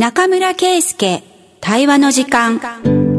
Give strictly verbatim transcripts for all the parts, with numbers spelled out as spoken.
中村圭介対話の時間。こ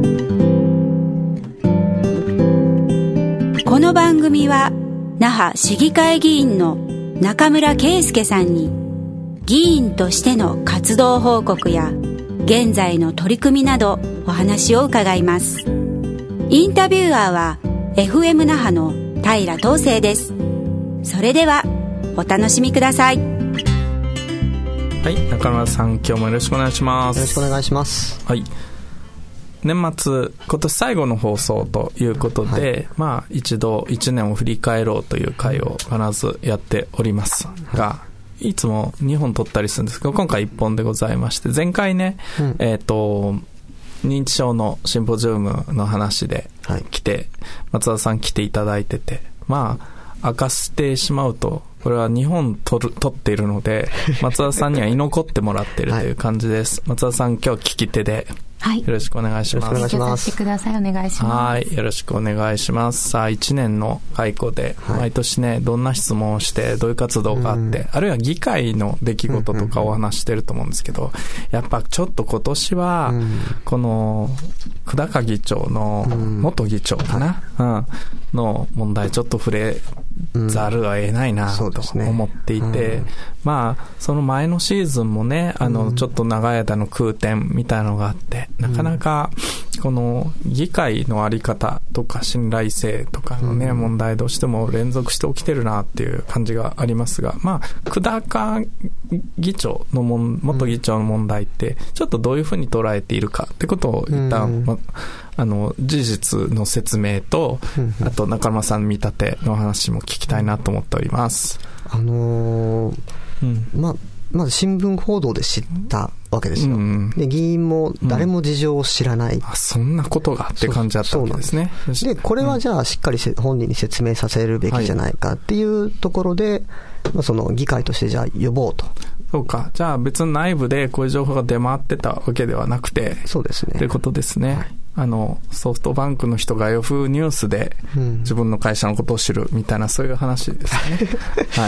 の番組は那覇市議会議員の中村圭介さんに議員としての活動報告や現在の取り組みなどお話を伺います。インタビュアーは エフエム 那覇の平東成です。それではお楽しみください。 はい、中村さん、今日もよろしくお願いします。 よろしくお願いします。 はい、年末今年最後の放送ということで、はい、まあ一度いちねんを振り返ろうという回を必ずやっておりますが、はい、いつもにほん撮ったりするんですけど、今回いっぽんでございまして、前回ね、うん、えっと認知症のシンポジウムの話で来て、はい、松田さん来ていただいてて、まあ明かしてしまうとこれはにほん撮る撮っているので松田さんには居残ってもらっているという感じです、はい、松田さん、今日聞き手ではい、よろしくお願いします。 よろしくお願いします。 してください。お願いします。 はい、よろしくお願いします。さあ、いちねんの解雇で、はい、毎年ね、どんな質問をしてどういう活動があって、うん、あるいは議会の出来事とかをお話してると思うんですけど、うんうん、やっぱちょっと今年は、うん、この久高議長の、うん、元議長かな、うん、の問題ちょっと触れざるを得ないなと思っていて、うんねうん、まあその前のシーズンもね、あのちょっと長い間の空転みたいなのがあって、なかなかこの議会のあり方とか信頼性とかのね、うん、問題どうしても連続して起きてるなっていう感じがありますが、まあ久高議長のもん元議長の問題ってちょっとどういうふうに捉えているかってことを一旦、うんまあの事実の説明と、あと中村さんの見立ての話も聞きたいなと思っております。 あのーうんまあまず新聞報道で知ったわけですよ、うん、で議員も誰も事情を知らない、うん、 あそんなことがって感じだったわけですね。 でこれはじゃあしっかり本人に説明させるべきじゃないかっていうところで、はいまあ、その議会としてじゃあ呼ぼうと。 そうか、じゃあ別に内部でこういう情報が出回ってたわけではなくて、 そうですね、 ということですね、はい、あのソフトバンクの人がヤフーニュースで自分の会社のことを知るみたいな、そういう話ですね、はい、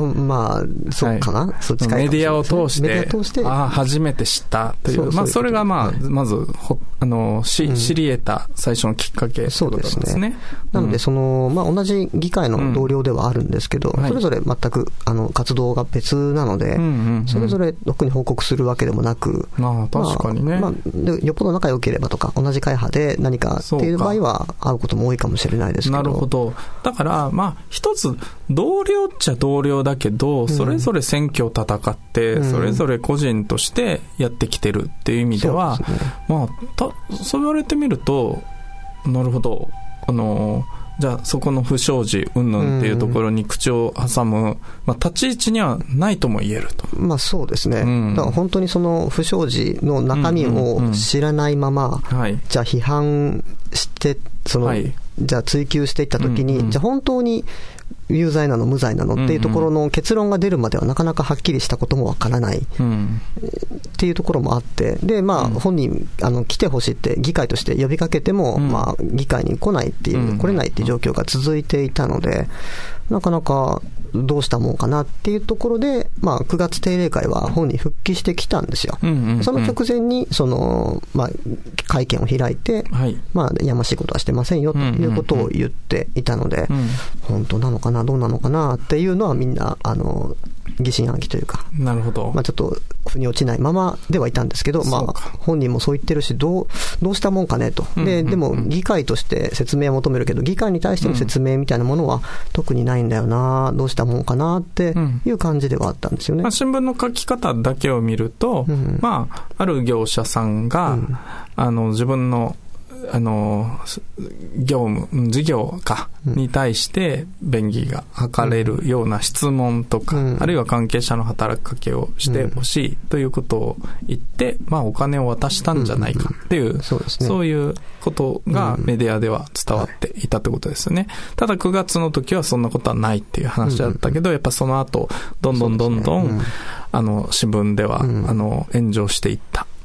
うん、まあそうかな、はい、そっちかいかもしれないですね。メディアを通して、メディア通してあ初めて知ったという、そうまあ、それが、まあはい、まずあのし、うん、知り得た最初のきっかけということですね。 そうですね。なのでその、まあ、同じ議会の同僚ではあるんですけど、うん、それぞれ全くあの活動が別なので、うんうんうん、それぞれ特に報告するわけでもなく、 まあ、確かにね、 まあまあ、でよっぽど仲良ければとか同じ会派で何かっていう場合は会うことも多いかもしれないですけど。 なるほど。だからまあ一つ同僚っちゃ同僚だけど、それぞれ選挙を戦って、うん、それぞれ個人としてやってきてるっていう意味では、そうですね、まあたそう言われてみるとなるほど、あのじゃあそこの不祥事云々っていうところに口を挟む、まあ、立ち位置にはないとも言えると。 まあそうですね、うん、だから本当にその不祥事の中身を知らないまま、うんうんうんはい、じゃあ批判してその、はい、じゃあ追及していったときに、うんうん、じゃあ本当に有罪なの無罪なのっていうところの結論が出るまではなかなかはっきりしたこともわからない、うん、っていうところもあって、でまあ本人あの来てほしいって議会として呼びかけても、うんまあ、議会に来ないっていう、うん、来れないっていう状況が続いていたので、なかなかどうしたもんかなっていうところで、まあ、くがつ定例会は本に復帰してきたんですよ、うんうんうん、その直前にその、まあ、会見を開いて、はいまあ、やましいことはしてませんよということを言っていたので、うんうんうん、本当なのかなどうなのかなっていうのはみんなあの疑心暗鬼というか、 なるほど、 まあ、ちょっと腑に落ちないままではいたんですけど、まあ、本人もそう言ってるしどう、どうしたもんかねと、うんうんうん、で, でも議会として説明を求めるけど議会に対しての説明みたいなものは特にないんだよな、どうしたもんかなっていう感じではあったんですよね、 うんまあ、新聞の書き方だけを見ると、うんまあ、ある業者さんが、うん、あの自分のあの業務事業かに対して便宜が図れるような質問とか、うん、あるいは関係者の働きかけをしてほしいということを言って、まあ、お金を渡したんじゃないかっていう、うんうんそうですね、そういうことがメディアでは伝わっていたということですよね、うんはい、ただくがつの時はそんなことはないっていう話だったけど、うん、やっぱその後どんどんどんどん、ねうん、あの新聞では、うん、あの炎上していった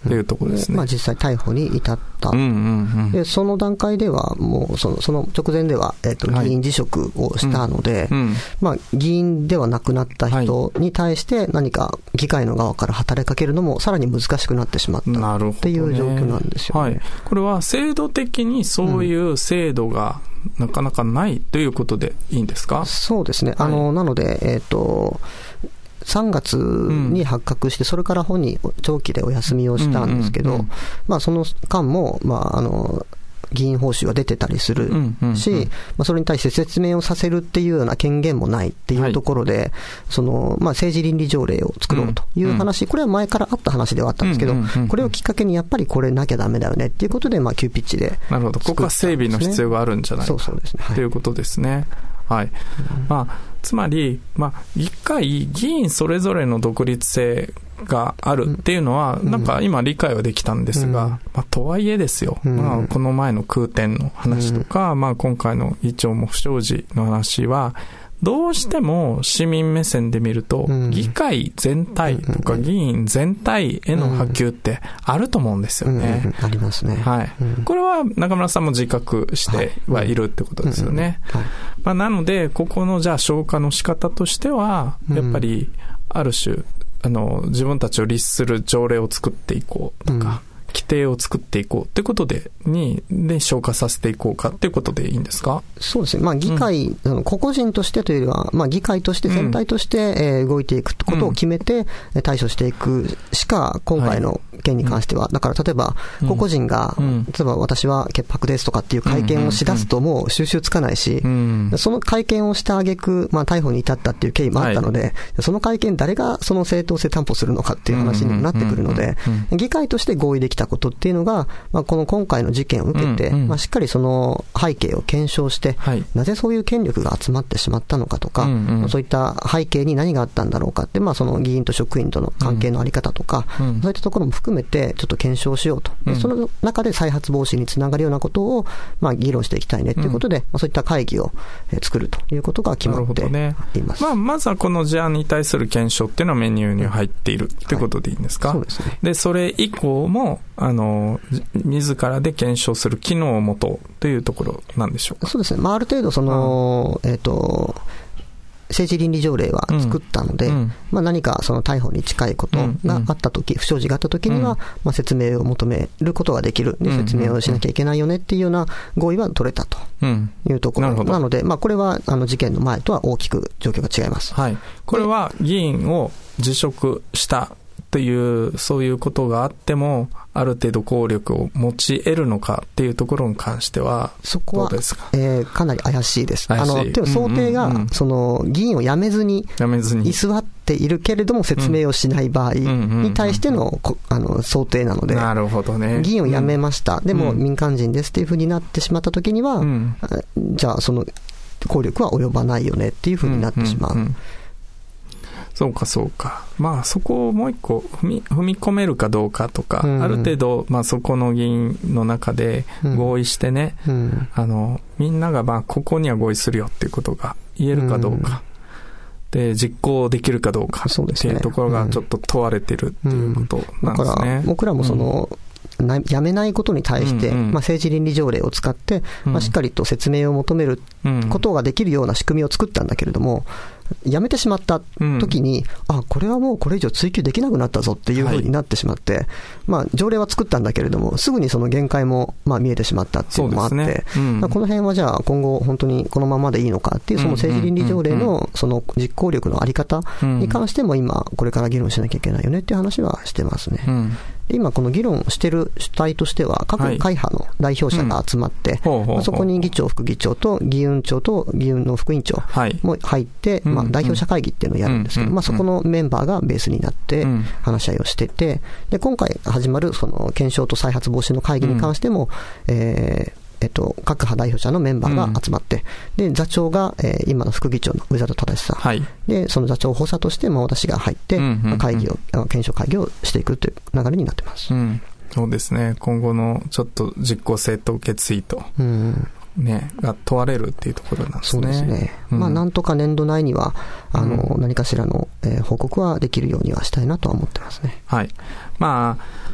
というところですね。 でまあ、実際逮捕に至った、うんうんうん、でその段階ではもうそのその直前では、えーと、議員辞職をしたので、はいうんまあ、議員ではなくなった人に対して何か議会の側から働きかけるのもさらに難しくなってしまったっていう状況なんですよね。 はい、これは制度的にそういう制度がなかなかないということでいいんですか？ うん、そうですね。あの、はい、なので、えっと、さんがつに発覚して、それから本人長期でお休みをしたんですけど、うんうんうん、まあその間も、まああの、議員報酬は出てたりするし、うんうんうんまあ、それに対して説明をさせるっていうような権限もないっていうところで、はい、その、まあ政治倫理条例を作ろうという話、うんうん、これは前からあった話ではあったんですけど、うんうんうんうん、これをきっかけにやっぱりこれなきゃダメだよねっていうことで、まあ急ピッチで、ね。 なるほど。ここは整備の必要があるんじゃないか。そうそうですね。はい、ということですね。はい。うん、まあ、つまり、まあ、議会、議員それぞれの独立性があるっていうのは、うん、なんか今理解はできたんですが、うんまあ、とはいえですよ、うんまあ、この前の空転の話とか、うんまあ、今回の議長も不祥事の話は、どうしても市民目線で見ると、うん、議会全体とか議員全体への波及ってあると思うんですよね。 うんうん、ありますね。 はい、うん。これは中村さんも自覚してはいるってことですよね。まあ、なので、ここのじゃあ消化の仕方としては、やっぱりある種、あの、自分たちを律する条例を作っていこうとか、うん規定を作っていこうということで、に、で、消化させていこうかということでいいんですか？ そうですね。まあ、議会、うん、個々人としてというよりは、まあ、議会として全体として、うんえー、動いていくことを決めて、うん、対処していくしか、今回の件に関しては、はい、だから例えば、個々人が、うん、例えば私は潔白ですとかっていう会見をしだすともう収集つかないし、うん、その会見をした挙句、まあ、逮捕に至ったっていう経緯もあったので、はい、その会見誰がその正当性担保するのかっていう話にもなってくるので、議会として合意できたことっていうのが、まあ、この今回の事件を受けて、うんうんまあ、しっかりその背景を検証して、はい、なぜそういう権力が集まってしまったのかとか、うんうん、そういった背景に何があったんだろうかって、まあ、その議員と職員との関係のあり方とか、うん、そういったところも含めてちょっと検証しようと、うん、その中で再発防止につながるようなことを、まあ、議論していきたいねということで、うんまあ、そういった会議を作るということが決まっています。 ねまあ、まずはこの事案に対する検証っていうのはメニューに入っているということでいいんですか？ はい、そうですね。 で、それ以降もあの自らで検証する機能を持とうというところなんでしょうか？ そうですね。まあ、ある程度その、うん、えっと政治倫理条例は作ったので、うん、まあ、何かその逮捕に近いことがあったとき、うん、不祥事があったときには、うん、まあ、説明を求めることができる、で説明をしなきゃいけないよねっていうような合意は取れたというところ、うん、な, なので、まあ、これはあの事件の前とは大きく状況が違います。 はい、これは議員を辞職したというそういうことがあってもある程度効力を持ち得るのかっていうところに関してはどうですか？ そこは、えー、かなり怪しいです。あのでも想定が、うんうんうん、その議員を辞めずに居座っているけれども説明をしない場合に対しての、あの想定なので、 なるほどね。 議員を辞めました、うん、でも民間人ですっていうふうになってしまったときには、うん、じゃあその効力は及ばないよねっていうふうになってしまう。うんうんうんそうかそうか。まあそこをもう一個踏み、踏み込めるかどうかとか、うん、ある程度、まあそこの議員の中で合意してね、うん、あの、みんながまあここには合意するよっていうことが言えるかどうか。うん、で、実行できるかどうかっていうところがちょっと問われてるっていうことなんですね。だから僕らもその、うんやめないことに対して、うんうんまあ、政治倫理条例を使って、うんまあ、しっかりと説明を求めることができるような仕組みを作ったんだけれども、やめてしまった時に、うん、あ、これはもうこれ以上追及できなくなったぞっていうふうになってしまって、はい、まあ、条例は作ったんだけれども、すぐにその限界もまあ見えてしまったっていうのもあって、ねうん、この辺はじゃあ今後本当にこのままでいいのかっていう、その政治倫理条例のその実行力のあり方に関しても今これから議論しなきゃいけないよねっていう話はしてますね。うん今この議論している主体としては各会派の代表者が集まって、はいうん、そこに議長、副議長と議運長と議運の副委員長も入って、はいまあ、代表者会議っていうのをやるんですけど、うんまあ、そこのメンバーがベースになって話し合いをしてて、で今回始まるその検証と再発防止の会議に関しても、うんえーえっと、各派代表者のメンバーが集まって、うん、で座長が、えー、今の副議長の上里忠さん、はい、でその座長補佐として、まあ、私が入って、うんうんうん、会議を検証会議をしていくという流れになってます、うん、 そうですね。今後のちょっと実効性と決意と、うんね、が問われるっていうところなんですね。 そうですね、うんまあ、なんとか年度内にはあの、うん、何かしらの、えー、報告はできるようにはしたいなとは思ってますね。 はい。まあ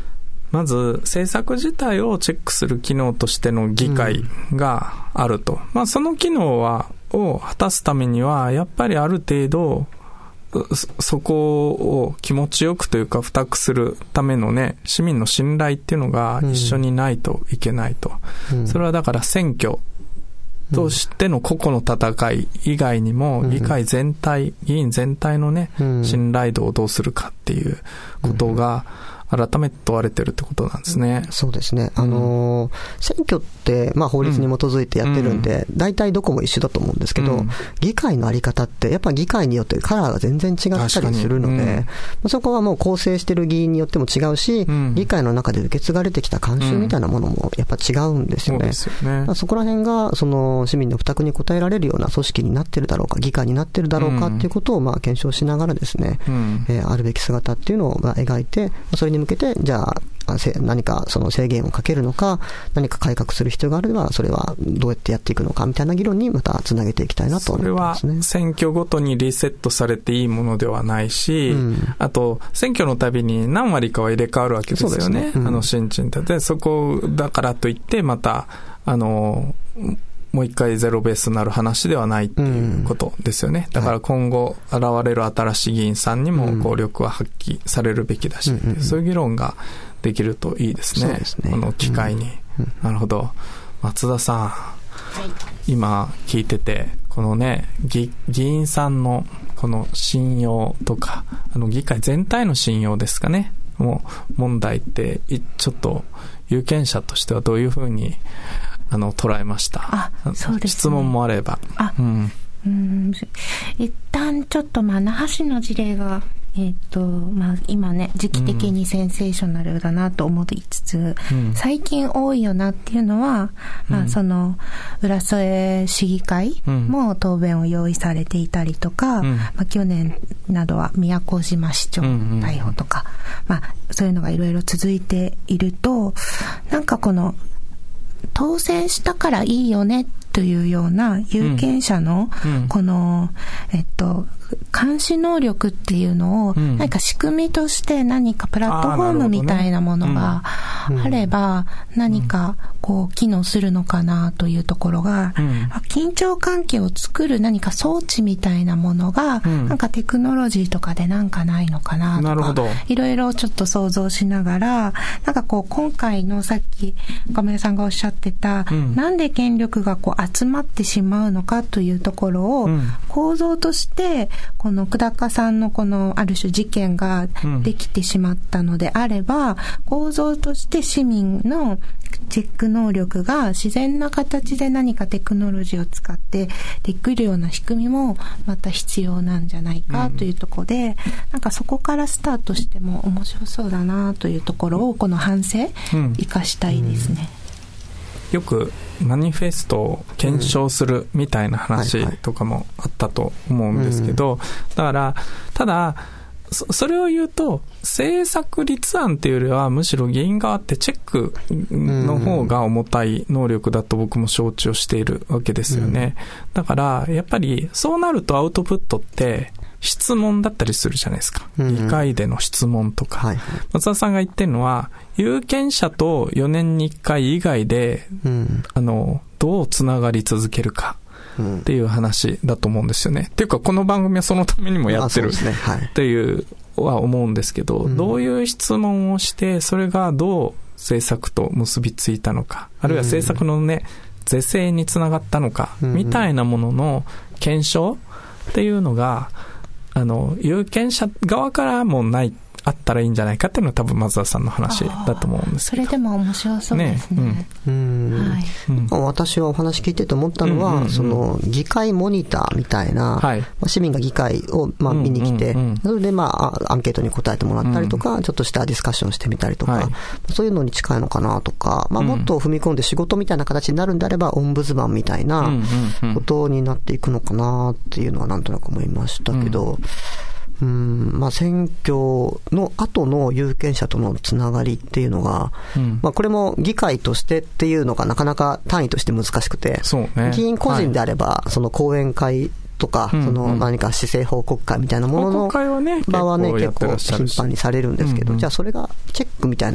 まず政策自体をチェックする機能としての議会があると、うん、まあその機能はを果たすためにはやっぱりある程度そこを気持ちよくというか付託するためのね、市民の信頼っていうのが一緒にないといけないと、うん、それはだから選挙としての個々の戦い以外にも、議会全体、議員全体のね、信頼度をどうするかっていうことが改めて問われてるってことなんですね。 そうですね。あのー、選挙って、まあ法律に基づいてやってるんで、大体どこも一緒だと思うんですけど、うん、議会のあり方って、やっぱ議会によってカラーが全然違ったりするので、うん、そこはもう構成してる議員によっても違うし、うん、議会の中で受け継がれてきた慣習みたいなものもやっぱ違うんですよね。うん、そうですよね。まあ、そこら辺が、その市民の負託に応えられるような組織になってるだろうか、議会になってるだろうかっていうことをまあ検証しながらですね、うん、えー、あるべき姿っていうのをまあ描いて、それに向けて、じゃあ、何かその制限をかけるのか、何か改革する必要があれば、それはどうやってやっていくのかみたいな議論にまたつなげていきたいなと思いますね。 それは選挙ごとにリセットされていいものではないし、うん、あと選挙のたびに何割かは入れ替わるわけですよね。そうですね。うん、あの新陳で、そこだからといってまたあのもう一回ゼロベースになる話ではないっていうことですよね。だから今後現れる新しい議員さんにも効力は発揮されるべきだし、うん、そういう議論ができるといいですね。そうですね。この機会に、うん。なるほど。松田さん、はい、今聞いてて、このね、議、議員さんのこの信用とか、あの議会全体の信用ですかね。もう問題ってちょっと有権者としてはどういうふうにあの捉えました。 あ、そうですね。 質問もあれば。 あ、うん。うん、一旦ちょっとまあ那覇市の事例がえっとまあ今ね時期的にセンセーショナルだなと思いつつ、うん、最近多いよなっていうのは、うん、まあその浦添市議会も答弁を用意されていたりとか、うん、まあ去年などは宮古島市長逮捕とか、うんうん、まあそういうのがいろいろ続いていると、なんかこの当選したからいいよねというような有権者のこの、うん、えっと監視能力っていうのを何か仕組みとして何かプラットフォームみたいなものがあれば何かこう機能するのかなというところが、緊張関係を作る何か装置みたいなものがなんかテクノロジーとかでなんかないのかなとかいろいろちょっと想像しながら、なんかこう今回のさっき岡村さんがおっしゃってたなんで権力がこう集まってしまうのかというところを構造としてこの久高さんのこのある種事件ができてしまったのであれば、うん、構造として市民のチェック能力が自然な形で何かテクノロジーを使ってできるような仕組みもまた必要なんじゃないかというところで、うん、なんかそこからスタートしても面白そうだなというところをこの反省生かしたいですね。 うん、よくマニフェストを検証するみたいな話とかもあったと思うんですけど、だからただ そ, それを言うと政策立案っていうよりはむしろ議員側ってチェックの方が重たい能力だと僕も承知をしているわけですよね。だからやっぱりそうなるとアウトプットって質問だったりするじゃないですか。議会での質問とか、はい、松田さんが言ってるのは有権者とよねんにいっかい以外で、うん、あのどうつながり続けるかっていう話だと思うんですよね。っていうかこの番組はそのためにもやってるっていうは思うんですけど、どういう質問をしてそれがどう政策と結びついたのか、あるいは政策のね是正につながったのかみたいなものの検証っていうのがあの有権者側からもないあったらいいんじゃないかっていうのは多分松田さんの話だと思うんですけど、 それでも面白そうですね。ね、 うん、はい、うん、私はお話聞いてて思ったのは、うんうんうん、その議会モニターみたいな、はい、市民が議会をまあ見に来て、うんうんうん、それでまあアンケートに答えてもらったりとか、うん、ちょっとしたディスカッションしてみたりとか、はい、そういうのに近いのかなとか、まあ、もっと踏み込んで仕事みたいな形になるんであれば、オンブズマンみたいなことになっていくのかなっていうのはなんとなく思いましたけど、うんうん、まあ、選挙の後の有権者とのつながりっていうのが、うん、まあ、これも議会としてっていうのがなかなか単位として難しくて、そうね、議員個人であれば、はい、その講演会とか、うんうん、その何か市政報告会みたいなものの場はね、結構頻繁にされるんですけど、うんうん、じゃあそれがチェックみたいな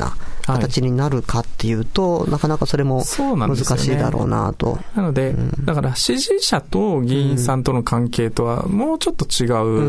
形になるかっていうと、はい、なかなかそれも難しいだろうなと。 なので、うん、だから支持者と議員さんとの関係とはもうちょっと違う、うん、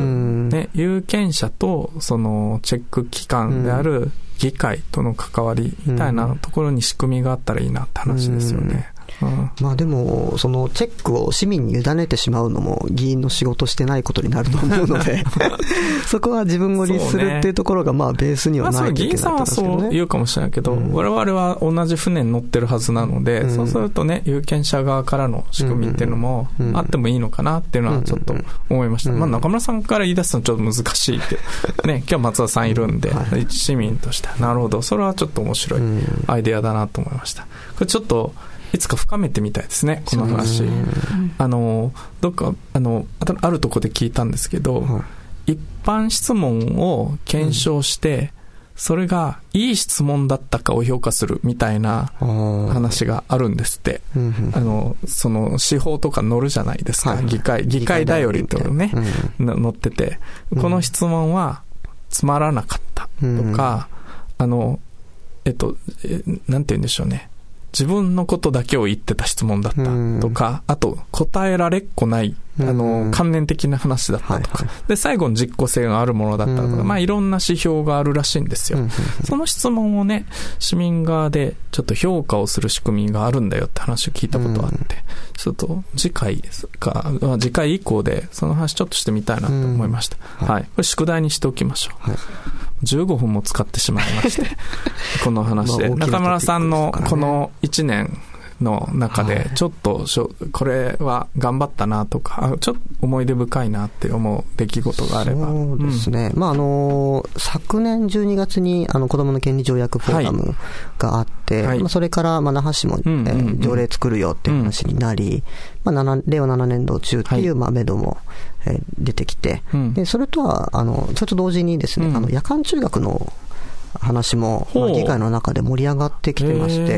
ね、有権者とそのチェック機関である議会との関わりみたいなところに仕組みがあったらいいなって話ですよね。うんうん、 まあでもそのチェックを市民に委ねてしまうのも議員の仕事してないことになると思うのでそこは自分を律するっていうところがまあベースにはないといけないと思うんですけどね。 まあ、議員さんはそう言うかもしれないけど、うん、我々は同じ船に乗ってるはずなので、うん、そうするとね有権者側からの仕組みっていうのもあってもいいのかなっていうのはちょっと思いました、うんうん、まあ、中村さんから言い出すのはちょっと難しいってね今日松田さんいるんで、はい、一市民としてなるほど、それはちょっと面白いアイデアだなと思いました。これちょっといつか深めてみたいですね、この話。あのどっかあのあるとこで聞いたんですけど、はい、一般質問を検証して、うん、それがいい質問だったかを評価するみたいな話があるんですって。うん、あのその司法とか載るじゃないですか、はい、議会議会だよりとね、うん、載ってて、この質問はつまらなかったとか、うん、あのえっとなんて言うんでしょうね、自分のことだけを言ってた質問だったとか、あと答えられっこない、あの関連的な話だったとか、で最後の実効性があるものだったとか、まあいろんな指標があるらしいんですよ。その質問をね、市民側でちょっと評価をする仕組みがあるんだよって話を聞いたことがあって、ちょっと次回か次回以降でその話ちょっとしてみたいなと思いました。はい、これ宿題にしておきましょう。はい、じゅうごふんも使ってしまいましてこの話で、中村さんのこのいちねんの中でちょっとしょこれは頑張ったなとか、ちょっと思い出深いなって思う出来事があれば。 そうですね、うん、まああの昨年じゅうにがつにあの子どもの権利条約フォーラムがあって、はい、まあ、それからまあ那覇市も、うんうんうん、えー、条例作るよっていう話になり、うん、まあ、令和ななねん度中っていう、はい、まあ目処もえー、出てきて、うん、でそれとはあのそれと同時にですね、うん、あの夜間中学の話も、まあ、議会の中で盛り上がってきてまして、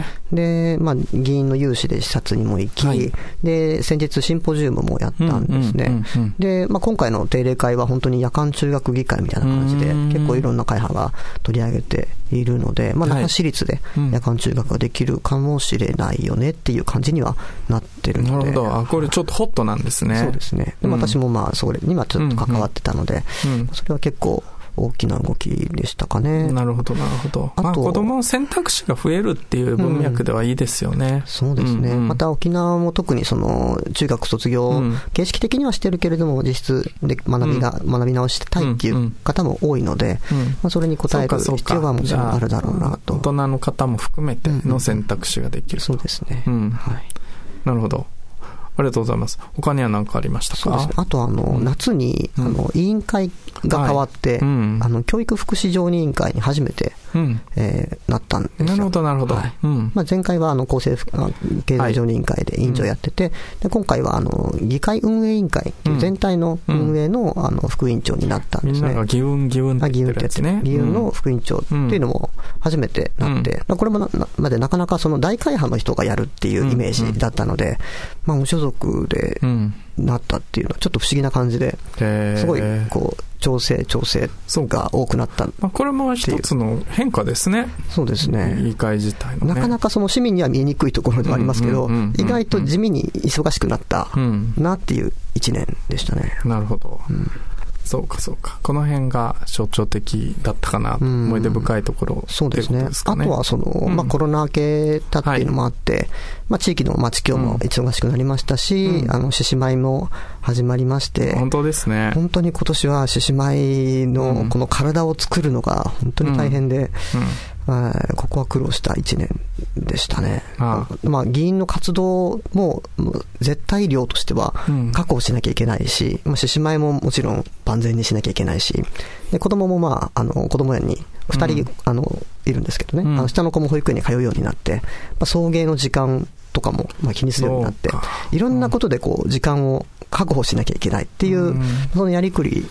で、まあ、議員の有志で視察にも行き、はい、で先日シンポジウムもやったんですね、うんうんうんうん、で、まあ、今回の定例会は本当に夜間中学議会みたいな感じで結構いろんな会派が取り上げているので、まあ、那覇市立で夜間中学ができるかもしれないよねっていう感じにはなってるので。 なるほど、あ、これちょっとホットなんですね。 そうですね、で、うん、私もまあそれにはちょっと関わってたので、うんうん、それは結構大きな動きでしたかね。 なるほどなるほど。あと、まあ、子供の選択肢が増えるっていう文脈ではいいですよね。うん、 そうですね、うんうん、また沖縄も特にその中学卒業、うん、形式的にはしてるけれども実質で学びが、うん、学び直したいっていう方も多いので、うんうん、まあ、それに応える必要はもちろんあるだろうなと。 大人の方も含めての選択肢ができると、 うんうん、そうですね、 うん、はい、なるほど、ありがとうございます。他には何かありましたか？ そうですね、あとあの、うん、夏にあの委員会が変わって、はい、うん、あの教育福祉常任委員会に初めて、うん、えー、なったんですよ。 なるほどなるほど、はい、うん、 まあ、前回はあの厚生経済常任委員会で委員長やってて、はい、で今回はあの議会運営委員会全体の運営 の,、うん、あの副委員長になったんですね。 みんなが議運議運って言ってるやつね。 議運の副委員長っていうのも初めてなって、うん、これもなまでなかなかその大会派の人がやるっていうイメージだったので、うんうん、まあ、無所属でなったっていうのはちょっと不思議な感じで、すごいこう調整調整が多くなった。 まあ、これも一つの変化ですね。 そうですね。 議会自体のね。 なかなかその市民には見えにくいところではありますけど、意外と地味に忙しくなったなっていう一年でしたね。 なるほど。うん、そうかそうか。この辺が象徴的だったかな、うん、思い出深いところ、ね、 そうですね。あとはその、うん、まあ、コロナ明けたっていうのもあって、はい、まあ、地域の町協も忙しくなりましたし、うん、あの獅子舞も始まりまして、 本当ですね。 本当に今年は獅子舞のこの体を作るのが本当に大変で、うんうん、ここは苦労した一年でしたね。ああ、まあ、議員の活動も絶対量としては確保しなきゃいけないし、うん、獅子舞ももちろん万全にしなきゃいけないし、で子供もまああの子供園にふたり、うん、あのいるんですけどね、うん、あの下の子も保育園に通うようになって、まあ、送迎の時間とかもまあ気にするようになって、いろんなことでこう時間を確保しなきゃいけないっていう、うん、そのやりくり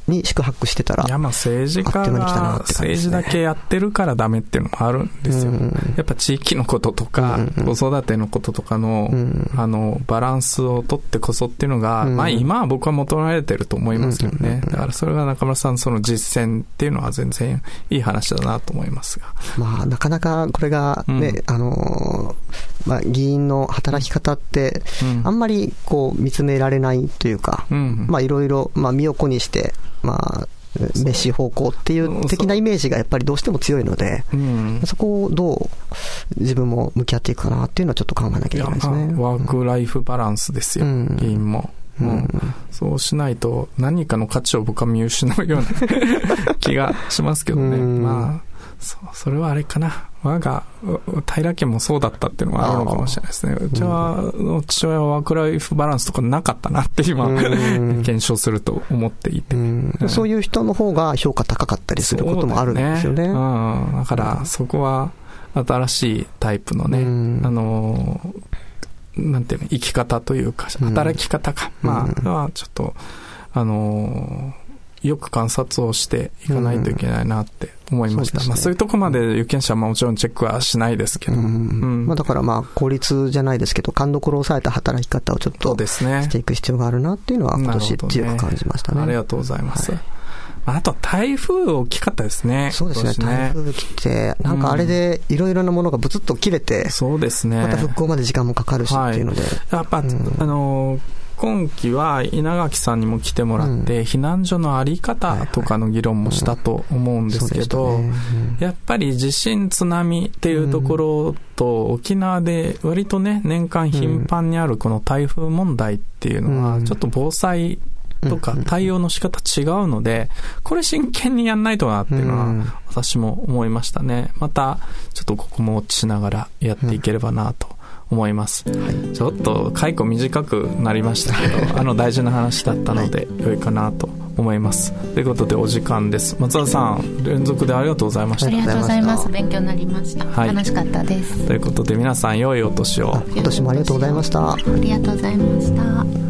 に宿泊してたら、 いやまあ政治家が政治だけやってるからダメっていうのもあるんですよ、うん、やっぱ地域のこととか、うん、子育てのこととかの、うん、あのバランスを取ってこそっていうのが、うん、まあ今は僕は求められてると思いますけどね、だからそれが中村さんその実践っていうのは全然いい話だなと思いますが、 まあなかなかこれがね、うん、あのまあ議員の働き方って、うん、あんまりこう見つめられないというか、うん、まあいろいろまあ身を粉にしてまあメッシ方向っていう的なイメージがやっぱりどうしても強いので、そ, うん、そこをどう自分も向き合っていくかなっていうのはちょっと考えなきゃいけないですね。 ワークライフバランスですよ、うん、議員も。うんうん、そうしないと何かの価値を僕は見失うような気がしますけどね、うん、まあ そ, それはあれかな、我が平家もそうだったっていうのはあるのかもしれないですね。うちは、うん、父親はワークライフバランスとかなかったなって今、うん、検証すると思っていて、 うんうん、そういう人の方が評価高かったりすることもあるんですよね。 そうだよね、うん、だからそこは新しいタイプのね、うん、あのなんていうの、生き方というか働き方か、うん、まあ、はちょっとあのー、よく観察をしていかないといけないなって思いました、うん そうですね、まあ、そういうとこまで有権者はもちろんチェックはしないですけど、うんうんまあ、だからまあ効率じゃないですけど勘どころを抑えた働き方をちょっとしていく必要があるなっていうのは今年強く感じました ね, ねありがとうございます、はい。あと台風大きかったですね。 そうですね。台風来て、なんかあれでいろいろなものがブツッと切れて、うん、 そうですね。 また復興まで時間もかかるしっていうので、はい、 やっぱ、うん、あの今期は稲垣さんにも来てもらって、うん、避難所のあり方とかの議論もしたと思うんですけど、はいはいうんねうん、やっぱり地震津波っていうところと、うん、沖縄で割とね年間頻繁にあるこの台風問題っていうのは、うん、ちょっと防災とか対応の仕方違うので、これ真剣にやんないとなっていうのは私も思いましたね。またちょっとここも落ちしながらやっていければなと思います、はい、ちょっと解雇短くなりましたけどあの大事な話だったので良いかなと思います。ということでお時間です。松田さん連続でありがとうございました。 ありがとうございます。勉強になりました、はい、楽しかったです。 ということで皆さん良いお年を。 今年もありがとうございました。 ありがとうございました。